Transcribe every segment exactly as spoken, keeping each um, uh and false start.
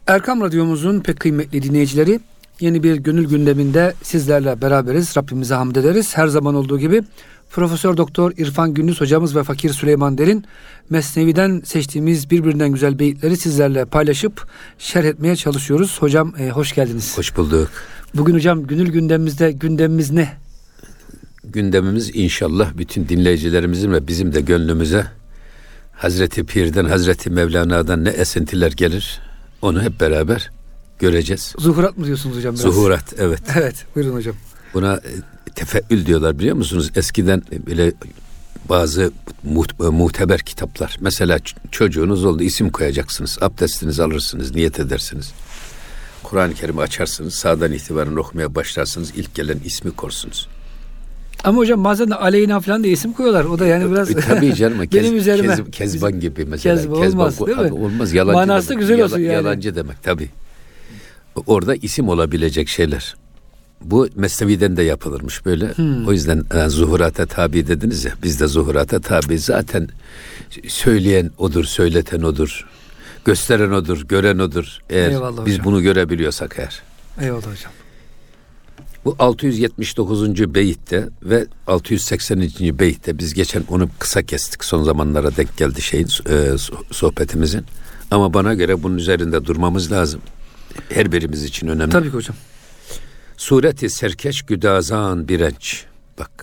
Erkam Radyomuzun pek kıymetli dinleyicileri, yeni bir gönül gündeminde sizlerle beraberiz. Rabbimize hamd ederiz. Her zaman olduğu gibi Profesör Doktor İrfan Gündüz hocamız ve Fakir Süleyman Derin Mesnevi'den seçtiğimiz birbirinden güzel beyitleri sizlerle paylaşıp şerh etmeye çalışıyoruz. Hocam e, hoş geldiniz. Hoş bulduk. Bugün hocam gönül gündemimizde gündemimiz ne? Gündemimiz inşallah bütün dinleyicilerimizin ve bizim de gönlümüze Hazreti Pir'den, Hazreti Mevlana'dan ne esintiler gelir, onu hep beraber göreceğiz. Zuhurat mı diyorsunuz hocam? Biraz? Zuhurat, evet. Evet, buyurun hocam. Buna e, tefeül diyorlar, biliyor musunuz? Eskiden böyle bazı muht- muhteber kitaplar. Mesela ç- çocuğunuz oldu, isim koyacaksınız. Abdestinizi alırsınız, niyet edersiniz. Kur'an-ı Kerim'i açarsınız, sağdan itibaren okumaya başlarsınız. İlk gelen ismi korsunuz. Ama hocam bazen de Aleyna falan diye isim koyuyorlar. O da yani biraz... E, tabii canım. Kez, benim üzerime. Kez, kezban gibi mesela. Kezban olmaz, kezban, değil mi? Olmaz. Yalancı manası demek. da güzel Yala, olsun yani. Yalancı demek tabii. Orada isim olabilecek şeyler. Bu Mesnevi'den de yapılırmış böyle. Hmm. O yüzden yani, zuhurata tabi dediniz ya. Biz de zuhurata tabi. Zaten söyleyen odur, söyleten odur. Gösteren odur, gören odur. Eğer Eyvallah biz hocam. bunu görebiliyorsak eğer. Eyvallah hocam. Bu altı yüz yetmiş dokuzuncu beyitte ve altı yüz sekseninci beyitte biz geçen onu kısa kestik. Son zamanlara denk geldi şeyin e, sohbetimizin. Ama bana göre bunun üzerinde durmamız lazım. Her birimiz için önemli. Tabii ki hocam. Sureti serkeş güdazan birenç. Bak.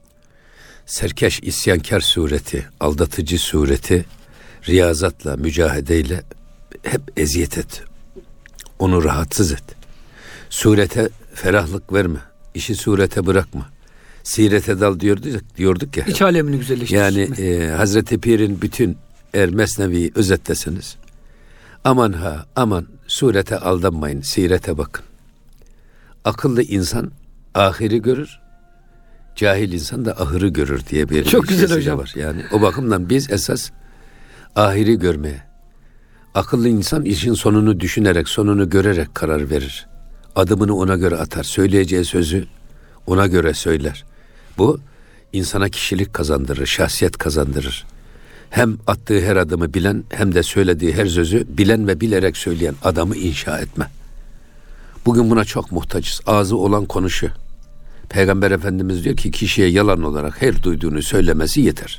Serkeş isyankar sureti, aldatıcı sureti riyazatla, mücahedeyle hep eziyet et. Onu rahatsız et. Surete ferahlık verme. İşi surete bırakma. Sirete dal diyorduk, diyorduk ya. İç alemini güzelleştir. Yani e, Hazreti Pir'in bütün eğer Mesnevi'yi özetleseniz, aman ha aman surete aldanmayın, sirete bakın. Akıllı insan ahiri görür, cahil insan da ahırı görür diye bir çok güzel hocam var. Yani o bakımdan biz esas ahiri görmeye, akıllı insan işin sonunu düşünerek, sonunu görerek karar verir. Adımını ona göre atar, söyleyeceği sözü ona göre söyler. Bu insana kişilik kazandırır, şahsiyet kazandırır. Hem attığı her adımı bilen, hem de söylediği her sözü bilen ve bilerek söyleyen adamı inşa etme. Bugün buna çok muhtaçız. Ağzı olan konuşuyor. Peygamber Efendimiz diyor ki kişiye yalan olarak her duyduğunu söylemesi yeter.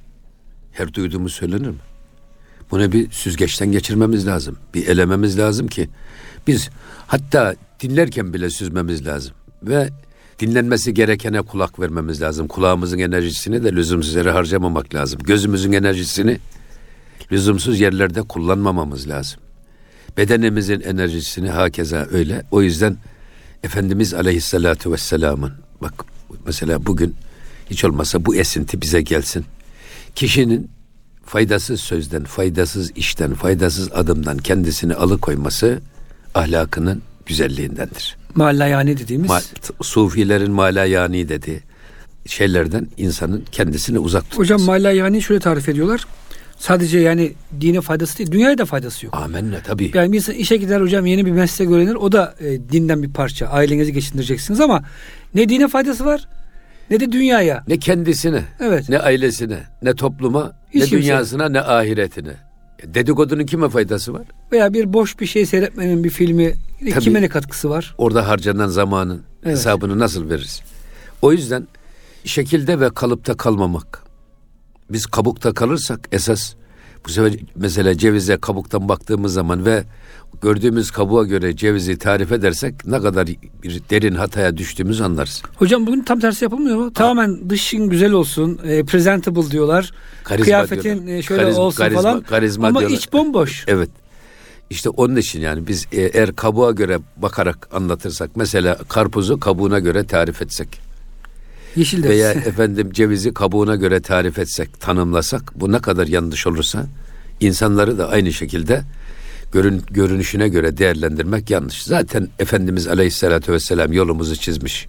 Her duyduğumuz söylenir mi? Bunu bir süzgeçten geçirmemiz lazım. Bir elememiz lazım ki biz hatta dinlerken bile süzmemiz lazım. Ve dinlenmesi gerekene kulak vermemiz lazım. Kulağımızın enerjisini de lüzumsuz yere harcamamak lazım. Gözümüzün enerjisini lüzumsuz yerlerde kullanmamamız lazım. Bedenimizin enerjisini hakeza öyle. O yüzden Efendimiz Aleyhisselatü Vesselam'ın bak mesela bugün hiç olmazsa bu esinti bize gelsin. Kişinin faydasız sözden, faydasız işten, faydasız adımdan kendisini alıkoyması ahlakının güzelliğindendir. Malayani dediğimiz. Ma- Sufilerin malayani dediği şeylerden insanın kendisini uzak tutması. Hocam malayani şöyle tarif ediyorlar. Sadece yani dine faydası değil, dünyaya da faydası yok. Amenna tabii. Yani bir insan işe gider hocam, yeni bir meslek öğrenir. O da e, dinden bir parça. Ailenizi geçindireceksiniz ama ne dine faydası var ne de dünyaya. Ne kendisine, evet. Ne ailesine, ne topluma, hiç ne kimse. Dünyasına, ne ahiretine. Dedikodunun kime faydası var? Veya bir boş bir şey seyretmenin bir filmi tabii, kime ne katkısı var? Orada harcanan zamanın evet. hesabını nasıl veririz? O yüzden şekilde ve kalıpta kalmamak. Biz kabukta kalırsak esas bu sefer mesela cevize kabuktan baktığımız zaman ve gördüğümüz kabuğa göre cevizi tarif edersek ne kadar bir derin hataya düştüğümüzü anlarız. Hocam bugün tam tersi yapılmıyor mu? Ha. Tamamen dışın güzel olsun, e, presentable diyorlar. Karizma kıyafetin e, şöyle karizma, olsun karizma, falan. Karizma ama diyorlar. İç bomboş. Evet. İşte onun için yani biz e, eğer kabuğa göre bakarak anlatırsak, mesela karpuzu kabuğuna göre tarif etsek. Yeşil de. Veya efendim cevizi kabuğuna göre tarif etsek, tanımlasak, bu ne kadar yanlış olursa insanları da aynı şekilde görün, görünüşüne göre değerlendirmek yanlış. Zaten Efendimiz Aleyhisselatü Vesselam yolumuzu çizmiş.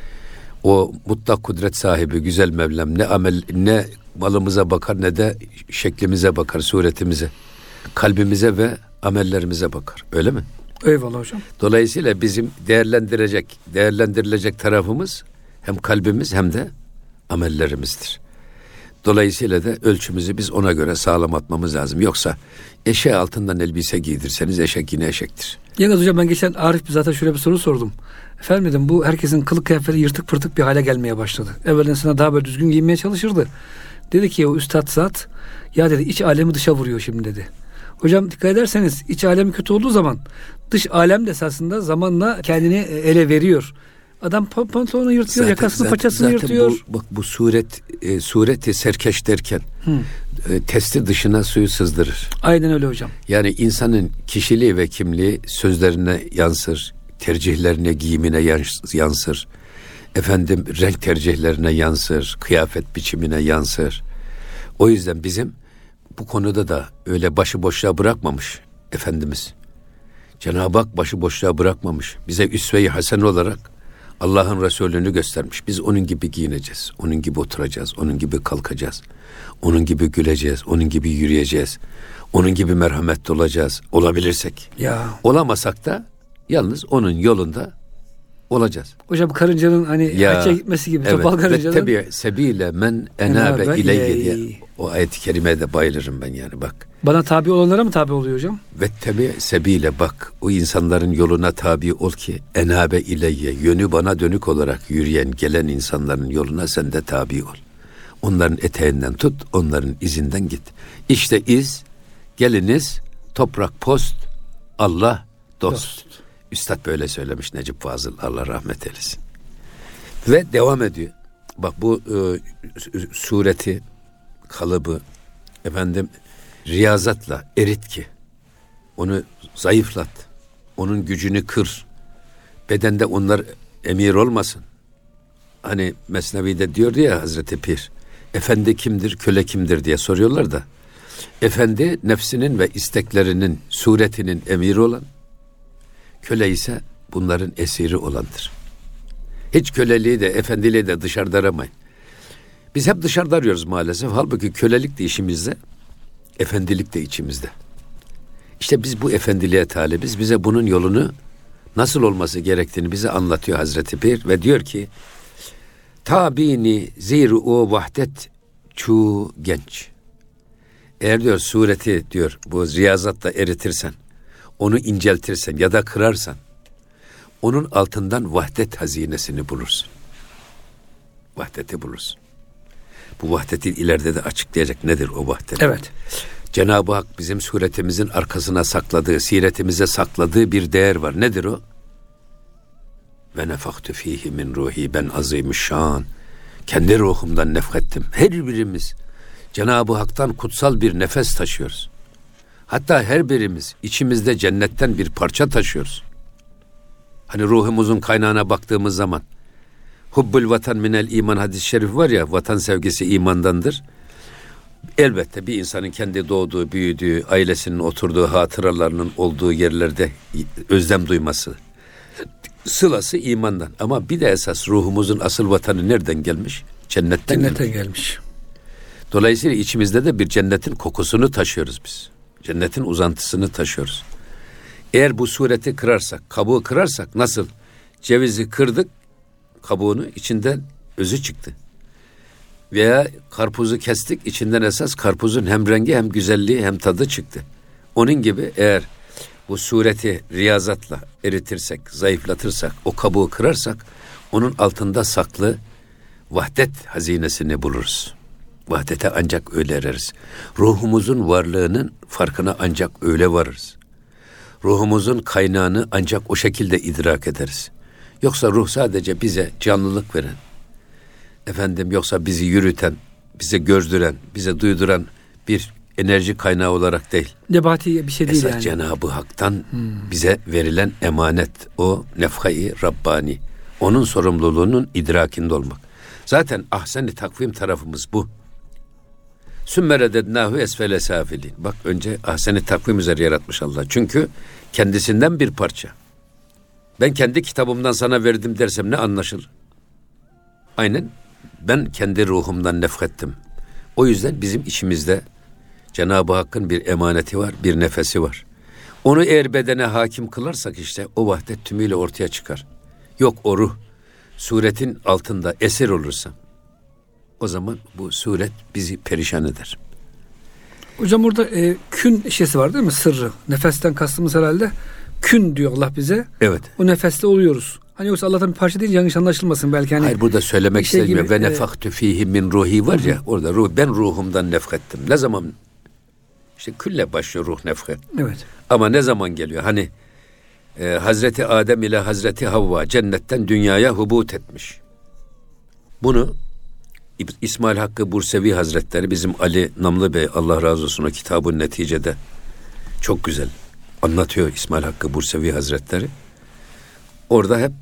O mutlak kudret sahibi güzel Mevlam ne amel ne malımıza bakar ne de şeklimize bakar, suretimize, kalbimize ve amellerimize bakar. Öyle mi? Eyvallah hocam. Dolayısıyla bizim değerlendirecek, değerlendirilecek tarafımız hem kalbimiz hem de amellerimizdir. Dolayısıyla da ölçümüzü biz ona göre sağlam atmamız lazım. Yoksa eşeğe altından elbise giydirseniz eşek yine eşektir. Yalnız hocam ben geçen Arif bir zaten şöyle bir soru sordum. Efendim dedim, bu herkesin kılık kıyafeti yırtık pırtık bir hale gelmeye başladı. Evvelden sana daha böyle düzgün giyinmeye çalışırdı. Dedi ki o üstad zat, ya dedi iç alemi dışa vuruyor şimdi dedi. Hocam dikkat ederseniz iç alemi kötü olduğu zaman dış alem de esasında zamanla kendini ele veriyor. Adam pantolonu yırtıyor, zaten, yakasını zaten, paçasını zaten yırtıyor. Bu, bak bu suret e, sureti serkeş derken e, testi dışına suyu sızdırır. Aynen öyle hocam. Yani insanın kişiliği ve kimliği sözlerine yansır, tercihlerine, giyimine yansır. Efendim renk tercihlerine yansır, kıyafet biçimine yansır. O yüzden bizim bu konuda da öyle başıboşluğa bırakmamış Efendimiz. Cenab-ı Hak başıboşluğa bırakmamış. Bize üsve-i hasene olarak Allah'ın Resulü'nü göstermiş. Biz onun gibi giyineceğiz, onun gibi oturacağız, onun gibi kalkacağız, onun gibi güleceğiz, onun gibi yürüyeceğiz, onun gibi merhametli olacağız, olabilirsek. Ya. Olamasak da yalnız onun yolunda olacağız. Hocam karıncanın hani hacca gitmesi gibi, evet, topal karıncanın. Ve tabi sebiyle men enabe ileyye diye o ayet-i kerimeye de bayılırım ben yani bak. Bana tabi olanlara mı tabi oluyor hocam? Ve tabi sebiyle bak o insanların yoluna tabi ol ki enabe ileyye, yönü bana dönük olarak yürüyen gelen insanların yoluna sen de tabi ol. Onların eteğinden tut, onların izinden git. İşte iz, geliniz, toprak post, Allah dost. dost. Üstad böyle söylemiş Necip Fazıl, Allah rahmet eylesin. Ve devam ediyor. Bak bu e, sureti, kalıbı efendim riyazatla erit ki onu zayıflat. Onun gücünü kır. Bedende onlar emir olmasın. Hani Mesnevi'de diyordu ya Hazreti Pir, efendi kimdir, köle kimdir diye soruyorlar da, efendi nefsinin ve isteklerinin, suretinin emiri olan, köle ise bunların esiri olandır. Hiç köleliği de efendiliği de dışarıda aramayın. Biz hep dışarıda arıyoruz maalesef. Halbuki kölelik de işimizde, efendilik de içimizde. İşte biz bu efendiliğe talibiz. Bize bunun yolunu nasıl olması gerektiğini bize anlatıyor Hazreti Pir ve diyor ki, tabini ziru o vahdet çu genç. Eğer diyor sureti diyor bu riyazatla eritirsen, onu inceltirsen ya da kırarsan, onun altından vahdet hazinesini bulursun. Vahdeti bulursun. Bu vahdeti ileride de açıklayacak nedir o vahdet? Evet. Cenab-ı Hak bizim suretimizin arkasına sakladığı, siretimize sakladığı bir değer var. Nedir o? Ve nefaktu fihi min ruhi, ben azimüşşan. Kendi ruhumdan nefrettim. Her birimiz Cenab-ı Hak'tan kutsal bir nefes taşıyoruz. Hatta her birimiz içimizde cennetten bir parça taşıyoruz. Hani ruhumuzun kaynağına baktığımız zaman hubbul vatan minel iman hadis-i şerif var ya, vatan sevgisi imandandır. Elbette bir insanın kendi doğduğu, büyüdüğü, ailesinin oturduğu, hatıralarının olduğu yerlerde özlem duyması, sılası imandan. Ama bir de esas ruhumuzun asıl vatanı nereden gelmiş? Cennetten, Cennetten gelmiş. gelmiş. Dolayısıyla içimizde de bir cennetin kokusunu taşıyoruz biz. Cennetin uzantısını taşıyoruz. Eğer bu sureti kırarsak, kabuğu kırarsak nasıl? Cevizi kırdık, kabuğunu, içinden özü çıktı. Veya karpuzu kestik, içinden esas karpuzun hem rengi hem güzelliği hem tadı çıktı. Onun gibi eğer bu sureti riyazatla eritirsek, zayıflatırsak, o kabuğu kırarsak, onun altında saklı vahdet hazinesini buluruz. Vahdete ancak öyle ereriz. Ruhumuzun varlığının farkına ancak öyle varırız. Ruhumuzun kaynağını ancak o şekilde idrak ederiz. Yoksa ruh sadece bize canlılık veren, efendim yoksa bizi yürüten, bize gördüren, bize duyduran bir enerji kaynağı olarak değil. Nebati bir şey değil esas yani. Cenab-ı Hak'tan hmm. bize verilen emanet, o nefhai Rabbani. Onun sorumluluğunun idrakinde olmak. Zaten ahsen-i takvim tarafımız bu. Sümmeredednâhu esfele sâfilîn. Bak önce ahsen-i takvim üzere yaratmış Allah. Çünkü kendisinden bir parça. Ben kendi kitabımdan sana verdim dersem ne anlaşılır? Aynen ben kendi ruhumdan nefrettim. O yüzden bizim içimizde Cenab-ı Hakk'ın bir emaneti var, bir nefesi var. Onu eğer bedene hakim kılarsak işte o vahdet tümüyle ortaya çıkar. Yok o ruh, suretin altında esir olursa, o zaman bu suret bizi perişan eder. Hocam burada e, kün işesi var değil mi? Sırrı. Nefesten kastımız herhalde kün diyor Allah bize. Evet. O nefeste oluyoruz. Hani yoksa Allah'tan bir parça değil, yanlış anlaşılmasın belki. Hani hayır, burada söylemek şey istediğim gibi, ve nefaktü fihi min ruhi var ya, orada ruh, ben ruhumdan nefkettim. Ne zaman? İşte külle başlıyor ruh nefket. Evet. Ama ne zaman geliyor? Hani e, Hazreti Adem ile Hazreti Havva cennetten dünyaya hubut etmiş. Bunu İsmail Hakkı Bursevi Hazretleri, bizim Ali Namlı Bey, Allah razı olsun, o kitabın neticede çok güzel anlatıyor İsmail Hakkı Bursevi Hazretleri. Orada hep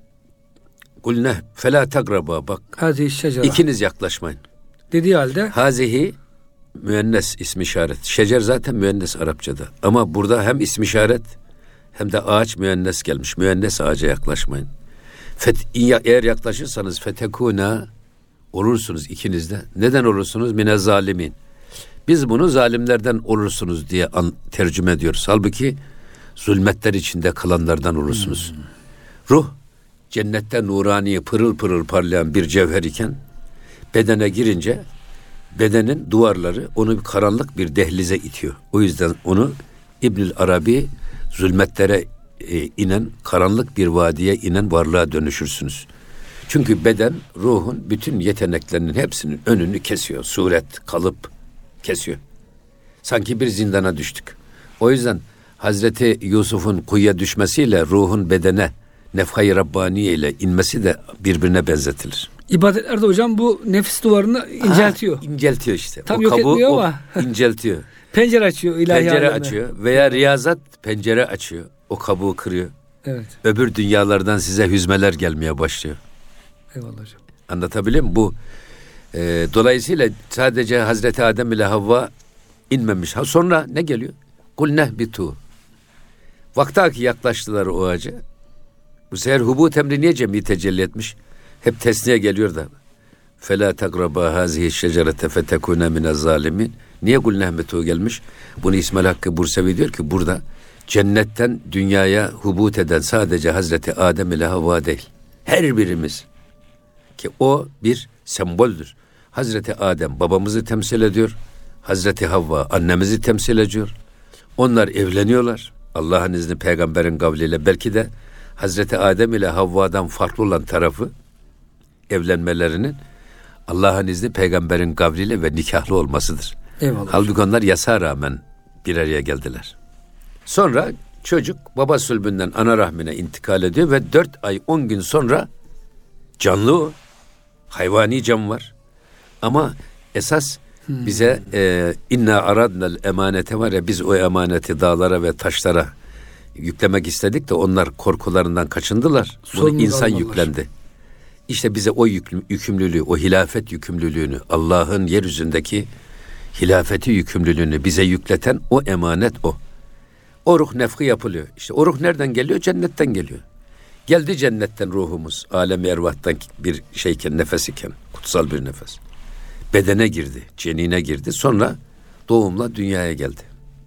kulne fela tagraba, bak Hazihi şecere. İkiniz yaklaşmayın. Dediği halde Hazihi müennes ismi işaret. Şecer zaten müennes Arapçada. Ama burada hem ismi işaret hem de ağaç müennes gelmiş. Müennes ağaca yaklaşmayın. Fet, eğer yaklaşırsanız fetekuna, olursunuz ikiniz de. Neden olursunuz? Mine zalimin. Biz bunu zalimlerden olursunuz diye an, tercüme ediyoruz. Halbuki zulmetler içinde kalanlardan olursunuz. Hmm. Ruh cennette nurani, pırıl pırıl parlayan bir cevher iken bedene girince bedenin duvarları onu karanlık bir dehlize itiyor. O yüzden onu İbnül Arabi zulmetlere e, inen, karanlık bir vadiye inen varlığa dönüşürsünüz. Çünkü beden ruhun bütün yeteneklerinin hepsinin önünü kesiyor. Suret, kalıp kesiyor. Sanki bir zindana düştük. O yüzden Hazreti Yusuf'un kuyuya düşmesiyle ruhun bedene nefhayı Rabbaniye ile inmesi de birbirine benzetilir. İbadetlerde hocam bu nefis duvarını inceltiyor. Ha, inceltiyor işte. Tam o yok kabuğu, etmiyor o ama. inceltiyor. Pencere açıyor ilahi Pencere aleme. açıyor veya riyazat pencere açıyor. O kabuğu kırıyor. Evet. Öbür dünyalardan size hüzmeler gelmeye başlıyor. Eyvallah hocam. Anlatabiliyor muyum? Bu e, dolayısıyla sadece Hazreti Adem ile Havva inmemiş. Ha, sonra ne geliyor? Kul nehbitu. Vaktaki yaklaştılar o ağaca. Bu sefer hubut emri niye cem'i tecelli etmiş? Hep tesniye geliyor da. Fela takraba hazihi şecerete fetekune minez zalimin. Niye kul nehbitu gelmiş? Bunu İsmail Hakkı Bursevi diyor ki burada cennetten dünyaya hubut eden sadece Hazreti Adem ile Havva değil. Her birimiz. Ki o bir semboldür. Hazreti Adem babamızı temsil ediyor. Hazreti Havva annemizi temsil ediyor. Onlar evleniyorlar. Allah'ın izni, peygamberin kavliyle. Belki de Hazreti Adem ile Havva'dan farklı olan tarafı evlenmelerinin Allah'ın izni, peygamberin kavliyle ve nikahlı olmasıdır. Eyvallah. Halbuki onlar yasa rağmen bir araya geldiler. Sonra çocuk baba sülbünden ana rahmine intikal ediyor ve dört ay on gün sonra canlı o. Hayvani can var. Ama esas hmm. bize e, inna aradnal emanete var ya, biz o emaneti dağlara ve taşlara yüklemek istedik de onlar korkularından kaçındılar. Bunu Sorumlu insan almalar. yüklendi. İşte bize o yüküm, yükümlülüğü, o hilafet yükümlülüğünü, Allah'ın yeryüzündeki hilafeti yükümlülüğünü bize yükleten o emanet o. O ruh nefhi yapılıyor. İşte o ruh nereden geliyor? Cennetten geliyor. Geldi cennetten ruhumuz. Alem-i ervahtan bir şeyken, nefes iken, kutsal bir nefes. Bedene girdi, cenine girdi. Sonra doğumla dünyaya geldi.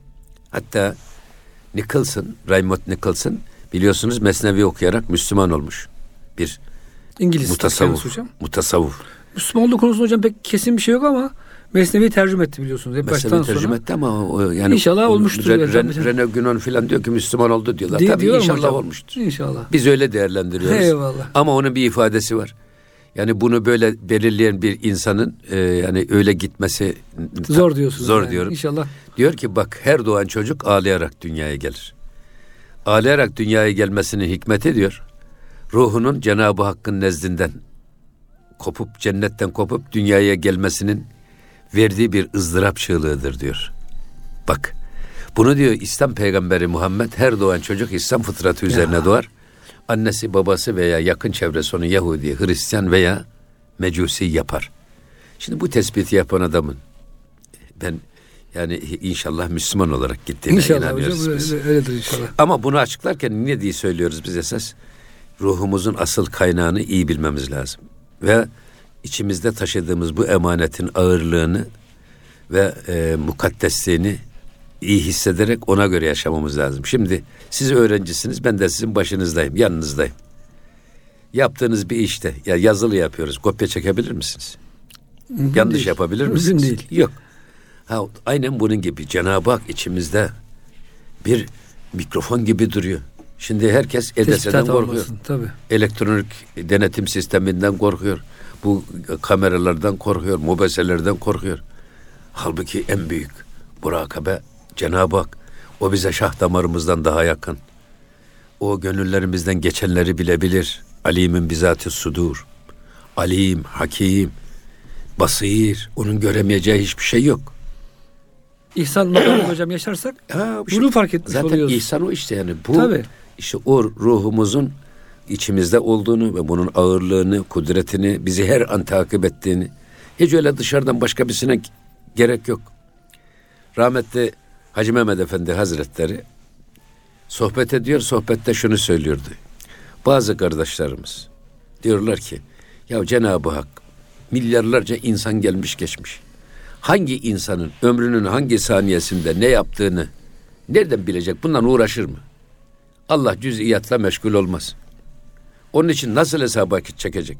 Hatta Nicholson, Raymond Nicholson biliyorsunuz Mesnevi okuyarak Müslüman olmuş. Bir İngiliz mutasavvuf. hocam. Mutasavvuf. Müslüman olduğu konusunda hocam pek kesin bir şey yok ama Mesnevi tercüme etti biliyorsunuz. Hep Mesnevi baştan tercüme sonra. etti ama o, yani İnşallah olmuştur. Ren, Yani. Ren, René Gunon filan diyor ki Müslüman oldu diyorlar. Değil, Tabii inşallah hocam. olmuştur. İnşallah. Biz öyle değerlendiriyoruz. Eyvallah. Ama onun bir ifadesi var. Yani bunu böyle belirleyen bir insanın e, yani öyle gitmesi zor diyorsunuz. Zor yani. diyorum. İnşallah. Diyor ki bak, her doğan çocuk ağlayarak dünyaya gelir. Ağlayarak dünyaya gelmesinin hikmeti diyor, ruhunun Cenab-ı Hakk'ın nezdinden kopup, cennetten kopup dünyaya gelmesinin verdiği bir ızdırap çığlığıdır diyor. Bak, bunu diyor İslam peygamberi Muhammed, her doğan çocuk İslam fıtratı üzerine ya. doğar. Annesi, babası veya yakın çevresi onu Yahudi, Hristiyan veya Mecusi yapar. Şimdi bu tespiti yapan adamın ben yani inşallah Müslüman olarak gittiğine İnşallah inanıyoruz hocam, biz. öyle, öyledir inşallah. Ama bunu açıklarken ne diye söylüyoruz biz esas? Ruhumuzun asıl kaynağını iyi bilmemiz lazım. Ve içimizde taşıdığımız bu emanetin ağırlığını ve e, mukaddesliğini iyi hissederek ona göre yaşamamız lazım. Şimdi siz öğrencisiniz, ben de sizin başınızdayım, yanınızdayım. Yaptığınız bir işte, ya yazılı yapıyoruz, kopya çekebilir misiniz? Mümkün Yanlış değil. yapabilir misiniz? Mümkün değil. Yok. Ha, aynen bunun gibi Cenab-ı Hak içimizde bir mikrofon gibi duruyor. Şimdi herkes E D S'den korkuyor. Tabii. Elektronik denetim sisteminden korkuyor. Bu kameralardan korkuyor, mobeselerden korkuyor. Halbuki en büyük murakabe Cenab-ı Hak. O bize şah damarımızdan daha yakın. O gönüllerimizden geçenleri bilebilir. Alimin bizatı sudur. Alim, hakim, basir. Onun göremeyeceği hiçbir şey yok. İhsan makamı hocam yaşarsak ha, bunu şey, fark etmiş zaten oluyoruz. Zaten ihsan o işte yani. Bu Tabii. işte o ruhumuzun içimizde olduğunu ve bunun ağırlığını, kudretini, bizi her an takip ettiğini, hiç öyle dışarıdan başka birisine gerek yok. Rahmetli Hacı Mehmet Efendi Hazretleri sohbet ediyor, sohbette şunu söylüyordu. Bazı kardeşlerimiz diyorlar ki, ya Cenab-ı Hak milyarlarca insan gelmiş geçmiş. Hangi insanın ömrünün hangi saniyesinde ne yaptığını nereden bilecek? Bundan uğraşır mı? Allah cüz'iyatla meşgul olmaz. Onun için nasıl hesaba çekecek?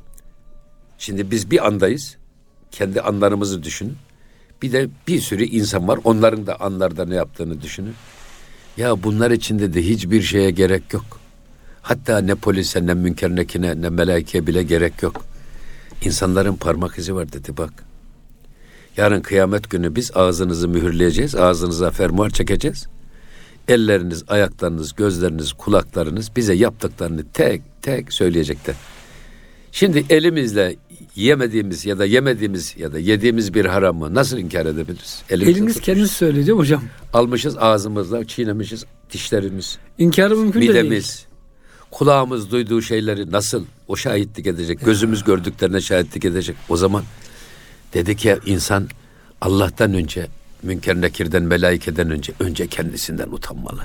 Şimdi biz bir andayız. Kendi anlarımızı düşünün. Bir de bir sürü insan var. Onların da anlarda ne yaptığını düşünün. Ya bunlar içinde de hiçbir şeye gerek yok. Hatta ne polise, ne münker nekine, ne melaikeye bile gerek yok. İnsanların parmak izi var dedi bak. Yarın kıyamet günü biz ağzınızı mühürleyeceğiz. Ağzınıza fermuar çekeceğiz. Elleriniz, ayaklarınız, gözleriniz, kulaklarınız bize yaptıklarını tek tek söyleyecekler. Şimdi elimizle yemediğimiz ya da yemediğimiz ya da yediğimiz bir haramı nasıl inkar edebiliriz? Elimiz, Eliniz kendiniz söyleyeceğim hocam. Almışız ağzımızla, çiğnemişiz dişlerimiz. İnkarı mümkün de değil. Midemiz, kulağımız duyduğu şeyleri nasıl o şahitlik edecek? Ya. Gözümüz gördüklerine şahitlik edecek. O zaman dedik ya insan Allah'tan önce, münker nekirden, melaikeden önce, önce kendisinden utanmalı.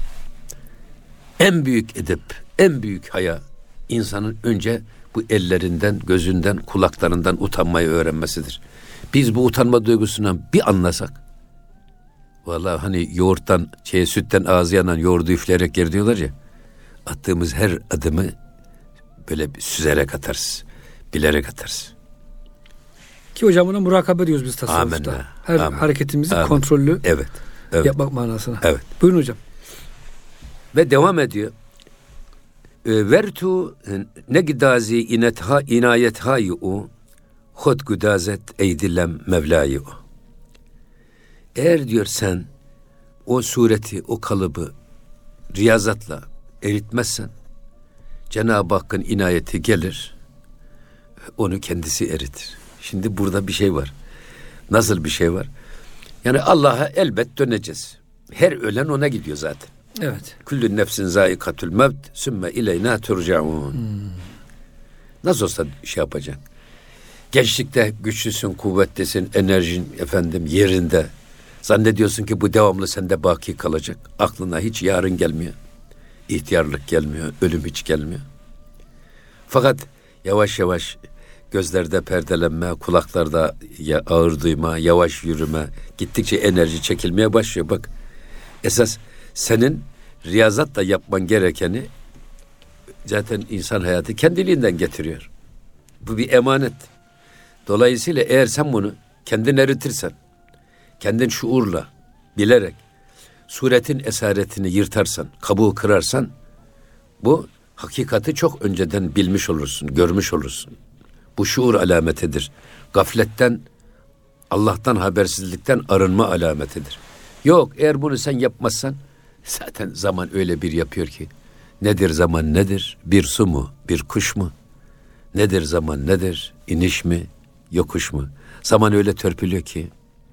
En büyük edep, en büyük haya insanın önce bu ellerinden, gözünden, kulaklarından utanmayı öğrenmesidir. Biz bu utanma duygusundan bir anlasak, vallahi hani yoğurttan, şey, sütten ağzı yanan yoğurdu üfleyerek yer diyorlar ya, attığımız her adımı böyle süzerek atarız, bilerek atarız. Ki hocam buna murakabe diyoruz biz tasavvufta. Amenna. Her Amen. hareketimizi Amen. kontrollü evet, evet. yapmak manasına. Evet. Buyurun hocam. Ve devam ediyor. Vertu ne gidazi inetha inayethayu hod gudazet eydilem mevlayu. Eğer diyor sen o sureti, o kalıbı riyazatla eritmezsen Cenab-ı Hakk'ın inayeti gelir, onu kendisi eritir. Şimdi burada bir şey var. Nasıl bir şey var? Yani Allah'a elbet döneceğiz. Her ölen ona gidiyor zaten. Evet. Küllü nefsin zâikatül mevt sümme ileyna turcaun. Hmm. Nasıl olsa şey yapacaksın. Gençlikte güçlüsün, kuvvetlisin, enerjin efendim yerinde. Zannediyorsun ki bu devamlı sende baki kalacak. Aklına hiç yarın gelmiyor. İhtiyarlık gelmiyor, ölüm hiç gelmiyor. Fakat yavaş yavaş gözlerde perdelenme, kulaklarda ağır duyma, yavaş yürüme, gittikçe enerji çekilmeye başlıyor. Bak, esas senin riyazatla yapman gerekeni zaten insan hayatı kendiliğinden getiriyor. Bu bir emanet. Dolayısıyla eğer sen bunu kendin eritirsen, kendin şuurla, bilerek, suretin esaretini yırtarsan, kabuğu kırarsan, bu hakikati çok önceden bilmiş olursun, görmüş olursun. Bu şuur alametidir. Gafletten, Allah'tan habersizlikten arınma alametidir. Yok, eğer bunu sen yapmazsan, zaten zaman öyle bir yapıyor ki, nedir zaman nedir? Bir su mu? Bir kuş mu? Nedir zaman nedir? İniş mi? Yokuş mu? Zaman öyle törpülüyor ki,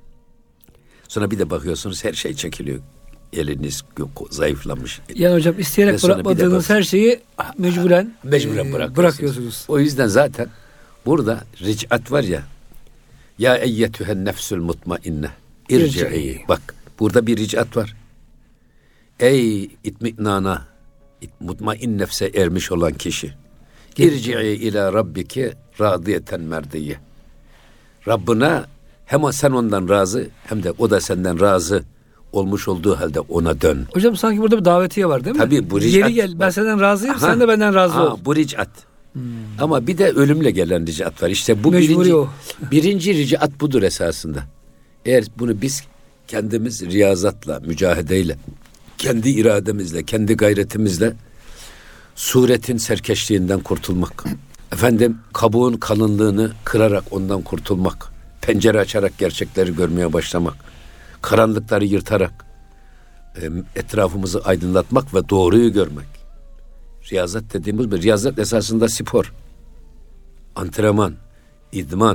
sonra bir de bakıyorsunuz her şey çekiliyor. Eliniz zayıflamış. Yani hocam isteyerek bırakmadığınız her şeyi mecburen, mecburen e, bırakıyorsunuz. O yüzden zaten burada ric'at var ya, ya eyyetühen nefsül mutmainne irci'i. Bak burada bir ric'at var. Ey itminana, mutmain nefse ermiş olan kişi. İrci'i ila rabbike radiyeten merdiye. Rabbına hem sen ondan razı hem de o da senden razı olmuş olduğu halde ona dön. Hocam sanki burada bir davetiye var değil mi? Tabii bu ric'at. Geri gel, ben senden razıyım, ha, sen de benden razı ha, ol. Bu ric'at. Hmm. Ama bir de ölümle gelen ricaat var. İşte bu Mecburi birinci, o. birinci ricaat budur esasında. Eğer bunu biz kendimiz riyazatla, mücahedeyle, kendi irademizle, kendi gayretimizle suretin serkeşliğinden kurtulmak. Efendim kabuğun kalınlığını kırarak ondan kurtulmak. Pencere açarak gerçekleri görmeye başlamak. Karanlıkları yırtarak etrafımızı aydınlatmak ve doğruyu görmek. Riyazat dediğimiz bir riyazat esasında spor, antrenman, idman.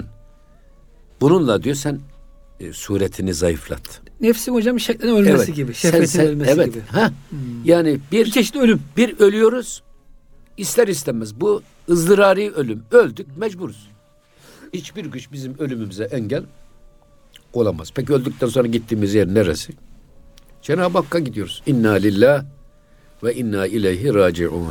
Bununla diyor sen e, suretini zayıflat. Nefsin hocam şeklinin ölmesi Evet. gibi, şehvetin Sen- sen- ölmesi evet. gibi. Ha. Hmm. Yani bir, Bir çeşit ölüm. bir ölüyoruz, ister istemez. Bu ızdırari ölüm. Öldük, mecburuz. Hiçbir güç bizim ölümümüze engel olamaz. Peki öldükten sonra gittiğimiz yer neresi? Cenab-ı Hakk'a gidiyoruz. İnna lillah ve inna ileyhi raciun.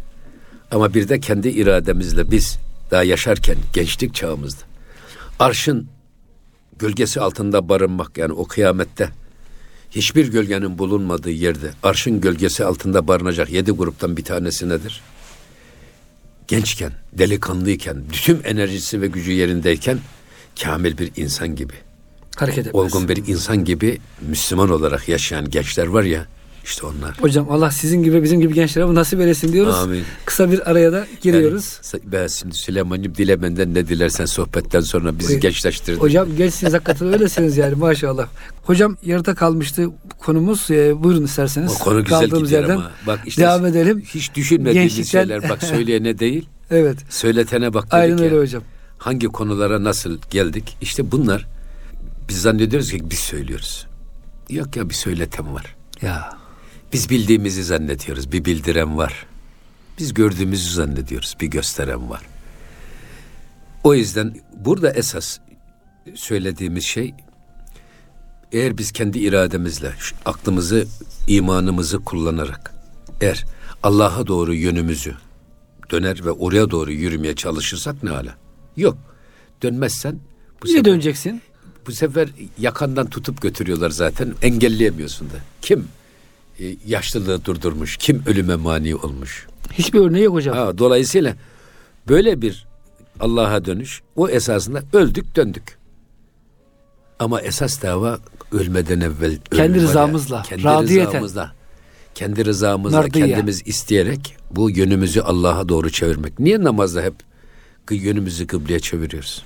Ama bir de kendi irademizle biz daha yaşarken gençlik çağımızda arşın gölgesi altında barınmak, yani o kıyamette hiçbir gölgenin bulunmadığı yerde arşın gölgesi altında barınacak yedi gruptan bir tanesi nedir? Gençken, delikanlıyken, tüm enerjisi ve gücü yerindeyken kamil bir insan gibi, Hareket etmez. olgun bir insan gibi Müslüman olarak yaşayan gençler var ya, işte onlar. Hocam Allah sizin gibi bizim gibi gençlere bu nasip eylesin diyoruz. Amin. Kısa bir araya da giriyoruz. Yani, ben şimdi Süleyman'cığım dile benden ne dilersen sohbetten sonra bizi Buyur. gençleştirdin. Hocam gençsiniz hakikaten öylesiniz yani maşallah. Hocam yarıda kalmıştı konumuz. Ee, buyurun isterseniz. O konu güzel Kaldığımız gidiyor yerden ama. Bak işte devam edelim. hiç düşünmediğimiz Gençlikten- şeyler, bak söyleyene değil, Evet. söyletene bak dedik Aynen ya. öyle hocam. Hangi konulara nasıl geldik? İşte bunlar biz zannediyoruz ki biz söylüyoruz. Yok ya, bir söyleten var. Ya. Biz bildiğimizi zannediyoruz. Bir bildiren var. Biz gördüğümüzü zannediyoruz. Bir gösteren var. O yüzden burada esas söylediğimiz şey, eğer biz kendi irademizle, aklımızı, imanımızı kullanarak eğer Allah'a doğru yönümüzü döner ve oraya doğru yürümeye çalışırsak ne hala? Yok. Dönmezsen bu Niye sefer, döneceksin? bu sefer yakandan tutup götürüyorlar zaten. Engelleyemiyorsun da. Kim e, yaşlılığı durdurmuş? Kim ölüme mani olmuş? Hiçbir örneği yok hocam. Ha, dolayısıyla böyle bir Allah'a dönüş, o esasında öldük döndük. Ama esas dava ölmeden evvel Kendi ölüm var ya, rızamızla, kendi radiyeten. rızamızla, kendi rızamızla Nardiye. kendimiz isteyerek bu yönümüzü Allah'a doğru çevirmek. Niye namazda hep yönümüzü kıbleye çeviriyoruz?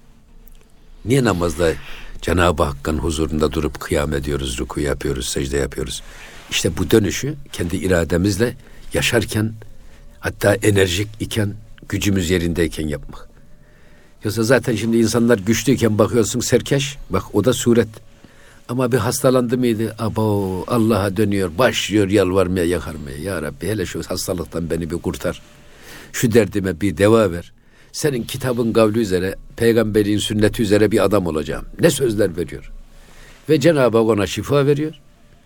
Niye namazda Cenab-ı Hakk'ın huzurunda durup kıyam ediyoruz, ruku yapıyoruz, secde yapıyoruz? İşte bu dönüşü kendi irademizle yaşarken, hatta enerjik iken, gücümüz yerindeyken yapmak. Yoksa zaten şimdi insanlar güçlüyken bakıyorsun serkeş, bak o da suret. Ama bir hastalandı mıydı? Abo, Allah'a dönüyor, başlıyor yalvarmaya, yakarmaya. Ya Rabbi, hele şu hastalıktan beni bir kurtar. Şu derdime bir deva ver. Senin kitabın kavli üzere, peygamberin sünneti üzere bir adam olacağım. Ne sözler veriyor. Ve Cenab-ı Hak ona şifa veriyor.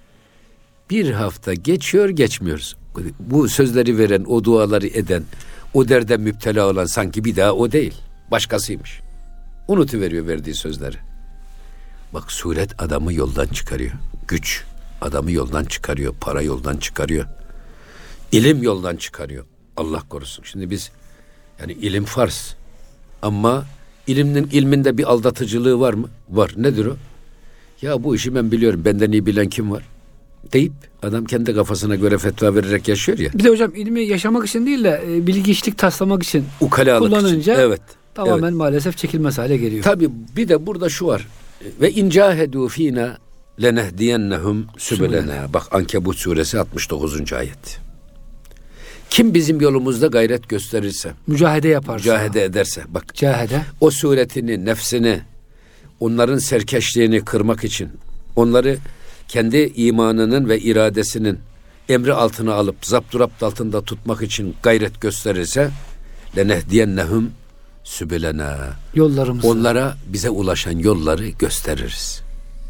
Bir hafta geçiyor, geçmiyoruz. Bu sözleri veren, o duaları eden, o derde müptela olan sanki bir daha o değil, başkasıymış. Unutuveriyor verdiği sözleri. Bak, suret adamı yoldan çıkarıyor. Güç adamı yoldan çıkarıyor. Para yoldan çıkarıyor. İlim yoldan çıkarıyor. Allah korusun. Şimdi biz, yani ilim farz. Ama ilmin, ilminde bir aldatıcılığı var mı? Var. Nedir o? Ya bu işi ben biliyorum. Benden iyi bilen kim var? Deyip adam kendi kafasına göre fetva vererek yaşıyor ya. Bir de hocam ilmi yaşamak için değil de e, bilgiçlik taslamak için Ukalalık kullanınca için. Evet. tamamen evet. maalesef çekilmez hale geliyor. Tabii bir de burada şu var. Ve incahedu fina lenehdiyennehum sübülena. Bak, Ankebut suresi altmış dokuzuncu ayet. Kim bizim yolumuzda gayret gösterirse, Mücahede yaparsa. mücahede ederse, bak Cahede. o suretini, nefsini, onların serkeşliğini kırmak için, onları kendi imanının ve iradesinin emri altına alıp zapturapt altında tutmak için gayret gösterirse, lenehdiyennehum sübülena. Yollarımızı. Onlara bize ulaşan yolları gösteririz.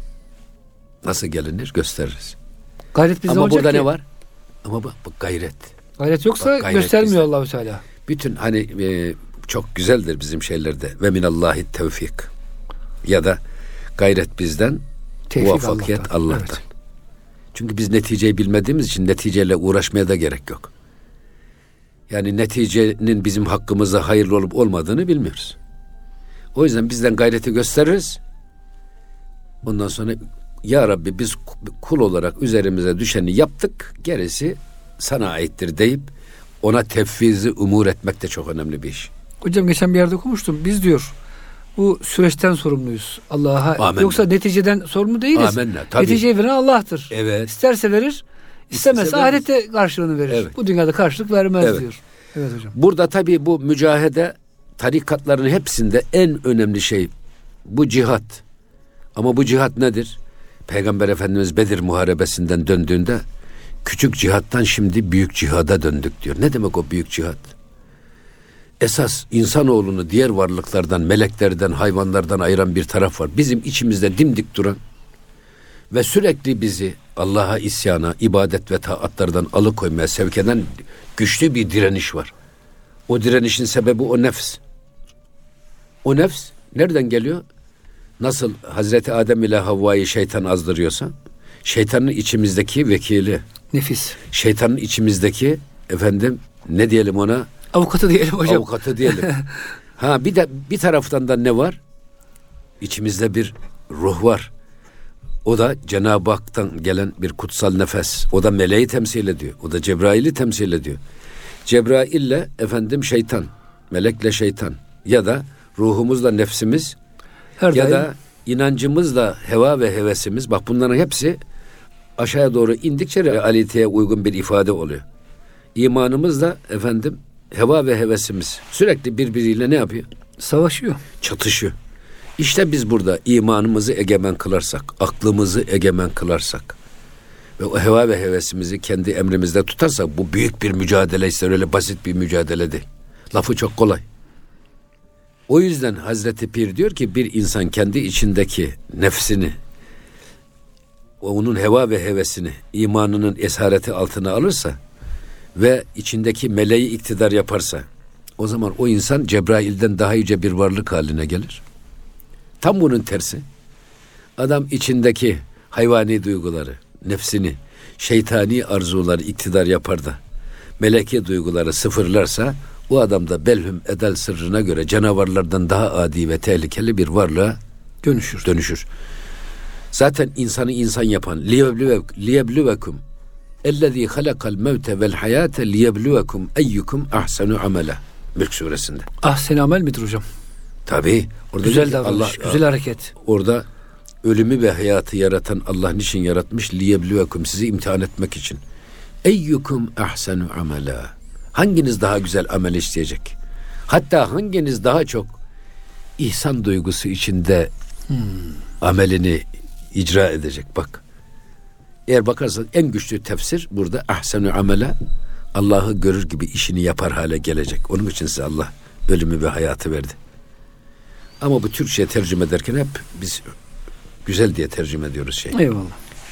Nasıl gelinir? Gösteririz. Gayret bizde Ama olacak burada ki. ne var? Ama bak, bak gayret. Gayret yoksa Bak, gayret göstermiyor bizde. Allahu Teala. Bütün hani e, çok güzeldir bizim şeylerde. Ve minallahi tevfik. Ya da gayret bizden, Tevfik muvaffakiyet Allah'tan. Allah'tan. Evet. Çünkü biz neticeyi bilmediğimiz için neticeyle uğraşmaya da gerek yok. Yani neticenin bizim hakkımızda hayırlı olup olmadığını bilmiyoruz. O yüzden bizden gayreti gösteririz. Ondan sonra ya Rabbi biz kul olarak üzerimize düşeni yaptık, gerisi sana aittir deyip ona tefvizi umur etmek de çok önemli bir iş. Hocam geçen bir yerde okumuştum. Biz diyor bu süreçten sorumluyuz Allah'a. Amenna. Yoksa neticeden sorumlu değiliz. Amenna, tabii. Neticeyi veren Allah'tır. Evet. İsterse verir, istemezse İsterse ahirette karşılığını verir. Evet. Bu dünyada karşılık vermez Evet. diyor. Evet hocam. Burada tabii bu mücahede tarikatların hepsinde en önemli şey bu cihat. Ama bu cihat nedir? Peygamber Efendimiz Bedir Muharebesi'nden döndüğünde küçük cihattan şimdi büyük cihada döndük diyor. Ne demek o büyük cihat? Esas insanoğlunu diğer varlıklardan, meleklerden, hayvanlardan ayıran bir taraf var. Bizim içimizde dimdik duran ve sürekli bizi Allah'a isyana, ibadet ve taatlardan alıkoymaya sevk eden güçlü bir direniş var. O direnişin sebebi o nefs. O nefs nereden geliyor? Nasıl Hazreti Adem ile Havva'yı şeytan azdırıyorsa, şeytanın içimizdeki vekili, Nefis. şeytanın içimizdeki efendim ne diyelim ona? Avukatı diyelim hocam. Avukatı diyelim. Ha bir de bir taraftan da ne var? İçimizde bir ruh var. O da Cenab-ı Hak'tan gelen bir kutsal nefes. O da meleği temsil ediyor. O da Cebrail'i temsil ediyor. Cebrail'le efendim şeytan, melekle şeytan ya da ruhumuzla nefsimiz Her ya daim. da inancımızla heva ve hevesimiz. Bak bunların hepsi aşağıya doğru indikçe realiteye uygun bir ifade oluyor. İmanımız da efendim heva ve hevesimiz sürekli birbiriyle ne yapıyor? Savaşıyor. Çatışıyor. İşte biz burada imanımızı egemen kılarsak, aklımızı egemen kılarsak ve o heva ve hevesimizi kendi emrimizde tutarsak bu büyük bir mücadele, ise öyle basit bir mücadele değil. Lafı çok kolay. O yüzden Hazreti Pir diyor ki bir insan kendi içindeki nefsini, onun heva ve hevesini imanının esareti altına alırsa ve içindeki meleği iktidar yaparsa o zaman o insan Cebrail'den daha yüce bir varlık haline gelir. Tam bunun tersi. Adam içindeki hayvani duyguları, nefsini, şeytani arzuları iktidar yapar da meleki duyguları sıfırlarsa o adam da belhum edel sırrına göre canavarlardan daha adi ve tehlikeli bir varlığa Dönüşür. dönüşür. Zaten insanı insan yapan liyebluvekum ellezî halakal mevte vel hayâte liyebluvekum eyyukum ahsenu amele. Mülk suresinde. Ahsen amel midir hocam? Tabii. Orada Güzel davranış, Allah, güzel hareket. Orada ölümü ve hayatı yaratan Allah niçin yaratmış? Liyebluvekum, sizi imtihan etmek için. Eyyukum ahsenu amela. Hanginiz daha güzel amel işleyecek? Hatta hanginiz daha çok ihsan duygusu içinde hmm. amelini icra edecek? Bak. Eğer bakarsan en güçlü tefsir burada ahsenu amela, Allah'ı görür gibi işini yapar hale gelecek. Onun için size Allah ölümü ve hayatı verdi. Ama bu Türkçe'ye tercüme ederken hep biz güzel diye tercüme ediyoruz şey. Eyvallah.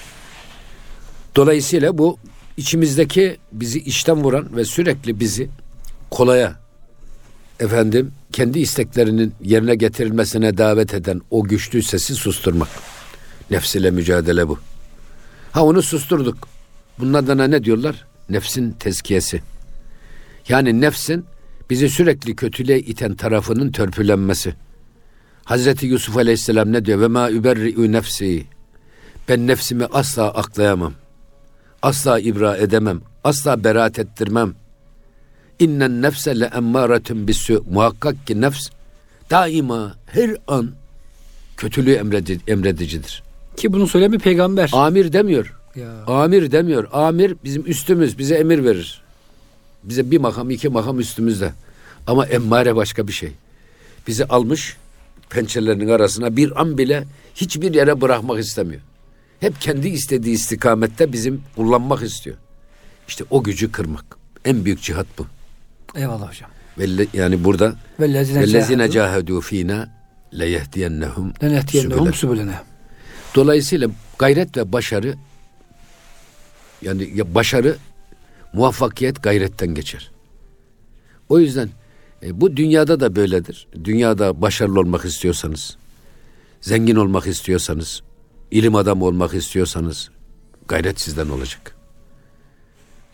Dolayısıyla bu içimizdeki bizi içten vuran ve sürekli bizi kolaya, efendim kendi isteklerinin yerine getirilmesine davet eden o güçlü sesi susturmak. Nefsiyle mücadele bu. Ha onu susturduk. Bunun adına ne diyorlar? Nefsin tezkiyesi. Yani nefsin bizi sürekli kötülüğe iten tarafının törpülenmesi. Hazreti Yusuf Aleyhisselam ne diyor? Ve ma überri'u nefsi. Ben nefsimi asla aklayamam. Asla ibra edemem. Asla beraat ettirmem. İnnen nefse le emmâretun bissu. Muhakkak ki nefs daima her an kötülüğü emredi, emredicidir. Ki bunu söyleyen bir peygamber. Amir demiyor. Ya. Amir demiyor. Amir bizim üstümüz. Bize emir verir. Bize bir makam iki makam üstümüzde. Ama emmare başka bir şey. Bizi almış pençelerinin arasına bir an bile hiçbir yere bırakmak istemiyor. Hep kendi istediği istikamette bizim kullanmak istiyor. İşte o gücü kırmak. En büyük cihat bu. Eyvallah hocam. Ve yani burada vellezine cahedu fina leyehdiyennehum leyehdiyennehum sübülene. Dolayısıyla gayret ve başarı, yani ya başarı, muvaffakiyet gayretten geçer. O yüzden e, bu dünyada da böyledir. Dünyada başarılı olmak istiyorsanız, zengin olmak istiyorsanız, ilim adamı olmak istiyorsanız gayret sizden olacak.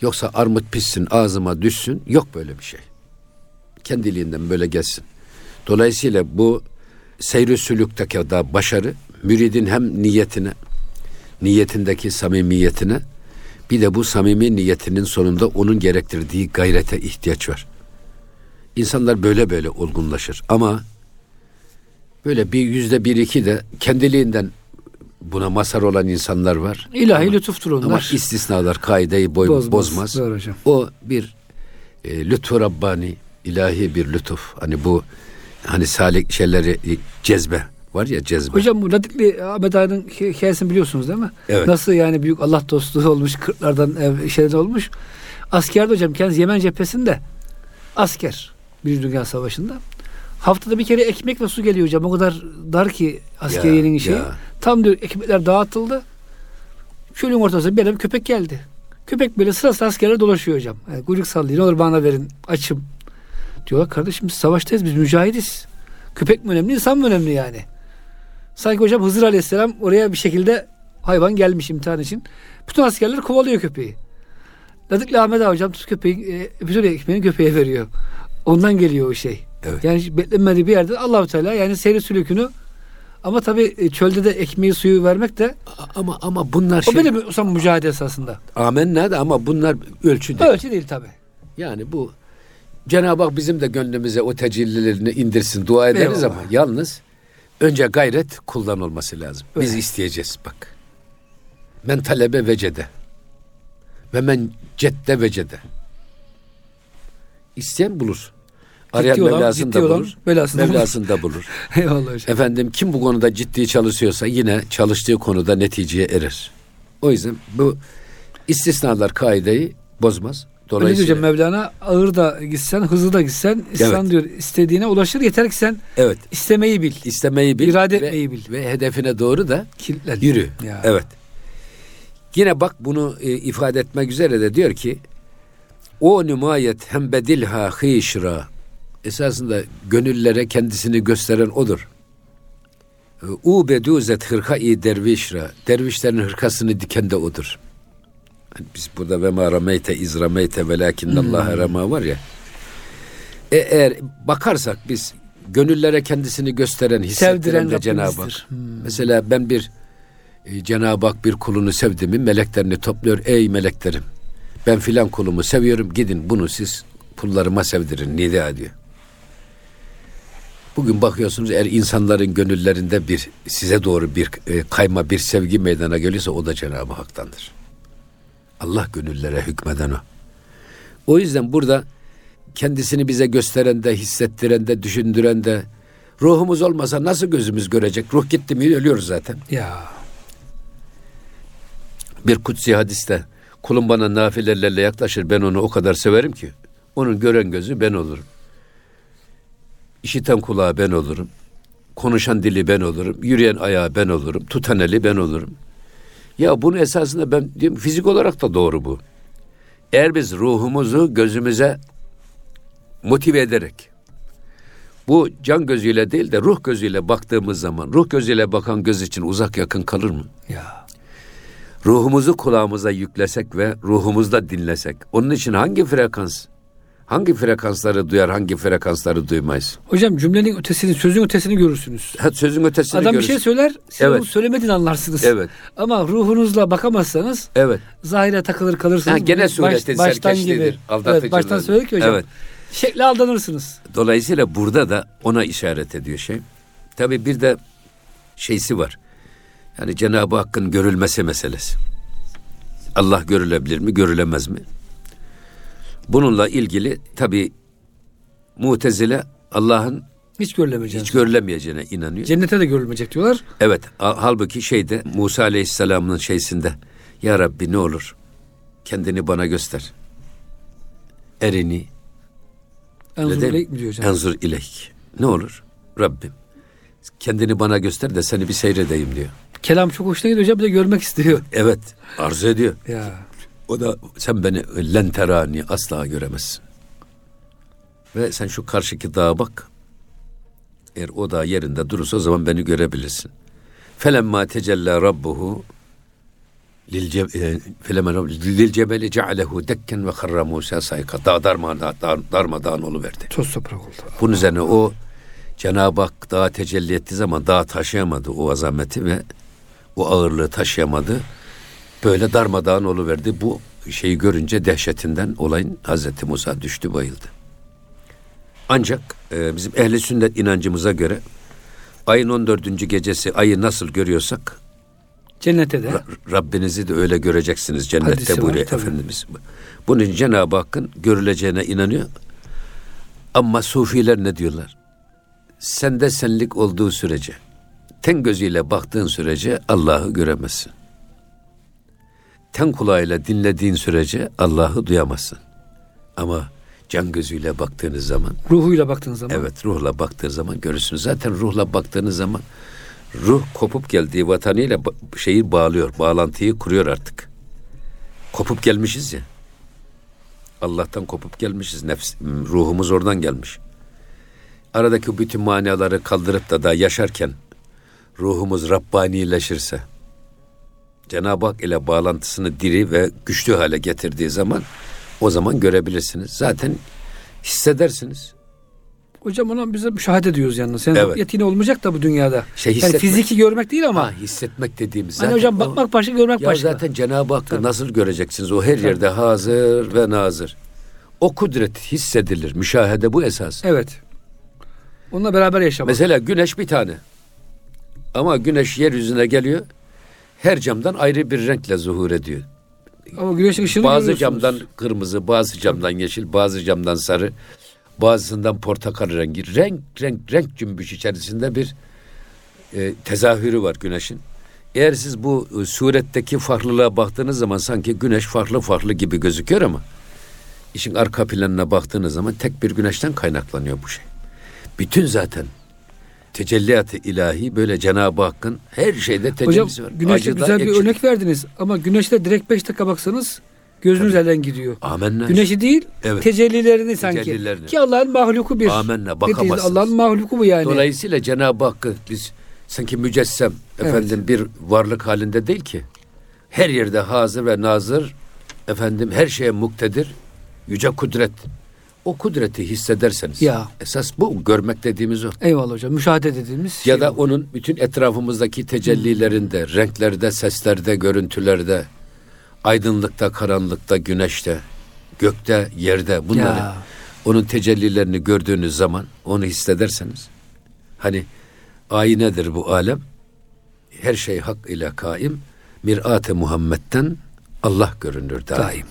Yoksa armut pişsin, ağzıma düşsün. Yok böyle bir şey. Kendiliğinden böyle gelsin. Dolayısıyla bu seyr-i sülükteki da başarı, müridin hem niyetine, niyetindeki samimiyetine, bir de bu samimi niyetinin sonunda onun gerektirdiği gayrete ihtiyaç var. İnsanlar böyle böyle olgunlaşır. Ama böyle bir yüzde bir iki de kendiliğinden buna mazhar olan insanlar var. İlahi ama, lütuftur onlar. Ama istisnalar kaideyi boy, bozmaz. bozmaz. Doğru hocam. O bir e, lütfu Rabbani, ilahi bir lütuf. Hani bu hani salih şeyleri cezbe var ya, cezbe. Hocam bu Ladikli Ahmet Ağa'nın hikayesini biliyorsunuz değil mi? Evet. Nasıl yani büyük Allah dostluğu olmuş, kırklardan ev şeyler olmuş. Askerde hocam kendisi Yemen cephesinde asker Birinci Dünya Savaşı'nda. Haftada bir kere ekmek ve su geliyor hocam. O kadar dar ki askeriyenin şeyi. Tam diyor ekmekler dağıtıldı. Çölün ortasında bir adam köpek geldi. Köpek böyle sıra sıra askerler dolaşıyor hocam. Yani kuyruk sallıyor. Ne olur bana verin. Açım. Diyorlar kardeşim biz savaştayız. Biz mücahidiz. Köpek mi önemli? İnsan mı önemli yani? Sanki hocam Hızır Aleyhisselam oraya bir şekilde hayvan gelmiş imtihan için. Bütün askerler kovalıyor köpeği. Ladikli Ahmet Ağa hocam tut köpeği, bütün ekmeğini köpeğe veriyor. Ondan geliyor o şey. Evet. Yani beklenmediği bir yerde Allah-u Teala yani seyri sülükünü, ama tabii çölde de ekmeği suyu vermek de ama ama bunlar o şey, benim o zaman mücadele esasında. Amenna da ama bunlar ölçü değil. Ölçü değil tabii. Yani bu Cenab-ı Hak bizim de gönlümüze o tecellilerini indirsin, dua ederiz. Eyvallah. Ama yalnız önce gayret kuldan olması lazım. Öyle. Biz isteyeceğiz bak. Men talebe vecede ve men cedde vecede. İsteyen bulur. Arayan Mevlasını da bulur. Mevlasını da bulur. Eyvallah hocam. Efendim kim bu konuda ciddi çalışıyorsa yine çalıştığı konuda neticeye erer. O yüzden bu istisnalar kaideyi bozmaz. Dolayısıyla hocam Mevlana ağır da gitsen, hızlı da gitsen İslam evet. diyor istediğine ulaşır. Yeter ki sen evet. istemeyi bil. İstemeyi bil. İrade ve, etmeyi bil. Ve hedefine doğru da Kilitlen. yürü. Ya. Evet. Yine bak bunu e, ifade etmek üzere de diyor ki o nümayet hem bedilha hişra, esasında gönüllere kendisini gösteren odur. U beduzet hırka-i dervişra, dervişlerin hırkasını diken de odur. Yani biz burada ve ma rameyte iz rameyte velakinnallaha rama var ya. E, eğer bakarsak biz gönüllere kendisini gösteren, hissettiren de Cenab-ı Hak. Hmm. Mesela ben bir e, Cenab-ı Hak bir kulunu sevdi mi meleklerini topluyor. Ey meleklerim, ben filan kulumu seviyorum, gidin bunu siz kullarıma sevdirin nida diyor. Bugün bakıyorsunuz eğer insanların gönüllerinde bir size doğru bir e, kayma, bir sevgi meydana geliyorsa o da Cenab-ı Hak'tandır. Allah gönüllere hükmeden o. O yüzden burada kendisini bize gösteren de, hissettiren de, düşündüren de, ruhumuz olmasa nasıl gözümüz görecek? Ruh gitti mi ölüyoruz zaten. Ya. Bir kutsi hadiste kulum bana nafilelerle yaklaşır, ben onu o kadar severim ki onun gören gözü ben olurum. İşiten kulağı ben olurum. Konuşan dili ben olurum. Yürüyen ayağı ben olurum. Tutan eli ben olurum. Ya bunun esasında ben diyorum fizik olarak da doğru bu. Eğer biz ruhumuzu gözümüze motive ederek bu can gözüyle değil de ruh gözüyle baktığımız zaman ruh gözüyle bakan göz için uzak yakın kalır mı? Ya. Ruhumuzu kulağımıza yüklesek ve ruhumuzda dinlesek. Onun için hangi frekans? Hangi frekansları duyar, hangi frekansları duymayız? Hocam cümlenin ötesini, sözün ötesini görürsünüz. Ha, sözün ötesini Adam görürsünüz. bir şey söyler, siz evet. onu söylemediğini anlarsınız. Evet. Ama ruhunuzla bakamazsanız evet. zahire takılır kalırsınız. Ha, gene surette Baş, baştan gibi. Evet, baştan söyledik ki hocam. Evet. Şekle aldanırsınız. Dolayısıyla burada da ona işaret ediyor şey. Tabii bir de şeysi var. Yani Cenab-ı Hakk'ın görülmesi meselesi. Allah görülebilir mi, görülemez mi? Bununla ilgili tabii Mu'tezile Allah'ın hiç görülemeyeceğine, hiç görülemeyeceğine inanıyor. Cennete de görülmeyecek diyorlar. Evet. Halbuki şeyde Musa Aleyhisselam'ın şeysinde ya Rabbi ne olur kendini bana göster. Erini enzur ileyk mi diyor hocam? Enzur ileyk. Ne olur Rabbim kendini bana göster de seni bir seyredeyim diyor. Kelam çok hoşuna gidiyor hocam, bir de görmek istiyor. Evet. Arzu ediyor. Ya. O da sen beni lenterani asla göremezsin. Ve sen şu karşıki dağa bak. Eğer o dağ yerinde durursa o zaman beni görebilirsin. Felemma tecella rabbuhu Lil cebeli cealehu dekken ve harra Musa sayka. Dağ darmadağın, darmadağın oluverdi. Toz toprak oldu. Bunun üzerine o Cenab-ı Hak dağa tecelli ettiği zaman dağ taşıyamadı o azameti ve o ağırlığı taşıyamadı. Böyle darmadağın oluverdi. Bu şeyi görünce dehşetinden olayın Hazreti Musa düştü, bayıldı. Ancak e, bizim ehli sünnet inancımıza göre ayın on dördüncü gecesi ayı nasıl görüyorsak cennete de Ra- Rabbinizi de öyle göreceksiniz cennette hadisi buyuruyor var, Efendimiz. Bunun için Cenab-ı Hakk'ın görüleceğine inanıyor. Ama sufiler ne diyorlar? Sende senlik olduğu sürece, ten gözüyle baktığın sürece Allah'ı göremezsin. Ten kulağıyla dinlediğin sürece Allah'ı duyamazsın. Ama can gözüyle baktığınız zaman, ruhuyla baktığınız zaman, evet, ruhla baktığınız zaman görürsünüz. Zaten ruhla baktığınız zaman ruh kopup geldiği vatanıyla şeyi bağlıyor, bağlantıyı kuruyor artık. Kopup gelmişiz ya. Allah'tan kopup gelmişiz. Nefs, ruhumuz oradan gelmiş. Aradaki bütün manaları kaldırıp da daha yaşarken ruhumuz Rabbanileşirse, Cenab-ı Hak ile bağlantısını diri ve güçlü hale getirdiği zaman o zaman görebilirsiniz. Zaten hissedersiniz. Hocam ona bize müşahede ediyoruz yalnız. Yani evet. yetine olmayacak da bu dünyada. Şey, yani fiziki görmek değil ama. Ha, hissetmek dediğimiz hani zaten. hocam bakmak o, başka, görmek ya başka. Zaten Cenab-ı Hakk'ı Tabii. nasıl göreceksiniz? O her Tabii. yerde hazır ve nazır. O kudret hissedilir. Müşahede bu esas. Evet. Onunla beraber yaşamak. Mesela güneş bir tane. Ama güneş yeryüzüne geliyor. Her camdan ayrı bir renkle zuhur ediyor. Ama güneşin ışığını bazı camdan kırmızı, bazı camdan yeşil, bazı camdan sarı, bazısından portakal rengi. Renk renk renk cümbüş içerisinde bir e, tezahürü var güneşin. Eğer siz bu e, suretteki farklılığa baktığınız zaman sanki güneş farklı farklı gibi gözüküyor ama işin arka planına baktığınız zaman tek bir güneşten kaynaklanıyor bu şey. Bütün zaten tecelliyat-ı ilahi böyle Cenab-ı Hakk'ın her şeyde tecellisi hocam, var. Hocam güneşe güzel bir ekşi. örnek verdiniz ama güneşte direkt beş dakika baksanız gözünüz elden gidiyor. Amenna. Güneşi değil, evet. tecellilerini sanki. Tecellilerini. Ki Allah'ın mahluku bir. Amenna, bakamazsınız. Allah'ın mahluku bu yani. Dolayısıyla Cenab-ı Hakk'ı biz sanki mücessem efendim evet. bir varlık halinde değil ki. Her yerde hazır ve nazır, efendim her şeye muktedir, yüce kudret. O kudreti hissederseniz. Ya. Esas bu, görmek dediğimiz o. Eyvallah hocam, müşahede dediğimiz şey ya da bu. onun bütün etrafımızdaki tecellilerinde, hmm. renklerde, seslerde, görüntülerde, aydınlıkta, karanlıkta, güneşte, gökte, yerde, bunları ya. Onun tecellilerini gördüğünüz zaman onu hissederseniz, hani aynedir bu alem, her şey hak ile kaim, mirat-ı Muhammed'den Allah görünür daim. daim.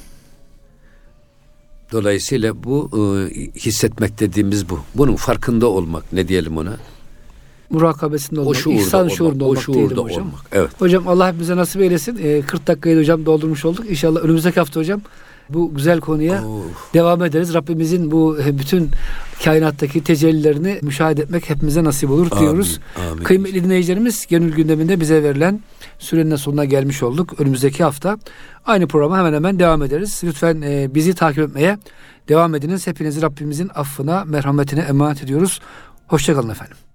Dolayısıyla bu e, hissetmek dediğimiz bu. Bunun farkında olmak, ne diyelim ona? Murakabesinde olmak, o şuurda ihsan olmak, şuurunda olmak, o şuurda hocam. olmak. Evet. Hocam Allah hepimize nasip eylesin. E, kırk dakikayı da hocam doldurmuş olduk. İnşallah önümüzdeki hafta hocam bu güzel konuya of. devam ederiz. Rabbimizin bu bütün kainattaki tecellilerini müşahede etmek hepimize nasip olur amin, diyoruz. Amin. Kıymetli dinleyicilerimiz, Gönül Gündemi'nde bize verilen sürenin sonuna gelmiş olduk. Önümüzdeki hafta aynı programa hemen hemen devam ederiz. Lütfen e, bizi takip etmeye devam ediniz. Hepinizi Rabbimizin affına, merhametine emanet ediyoruz. Hoşça kalın efendim.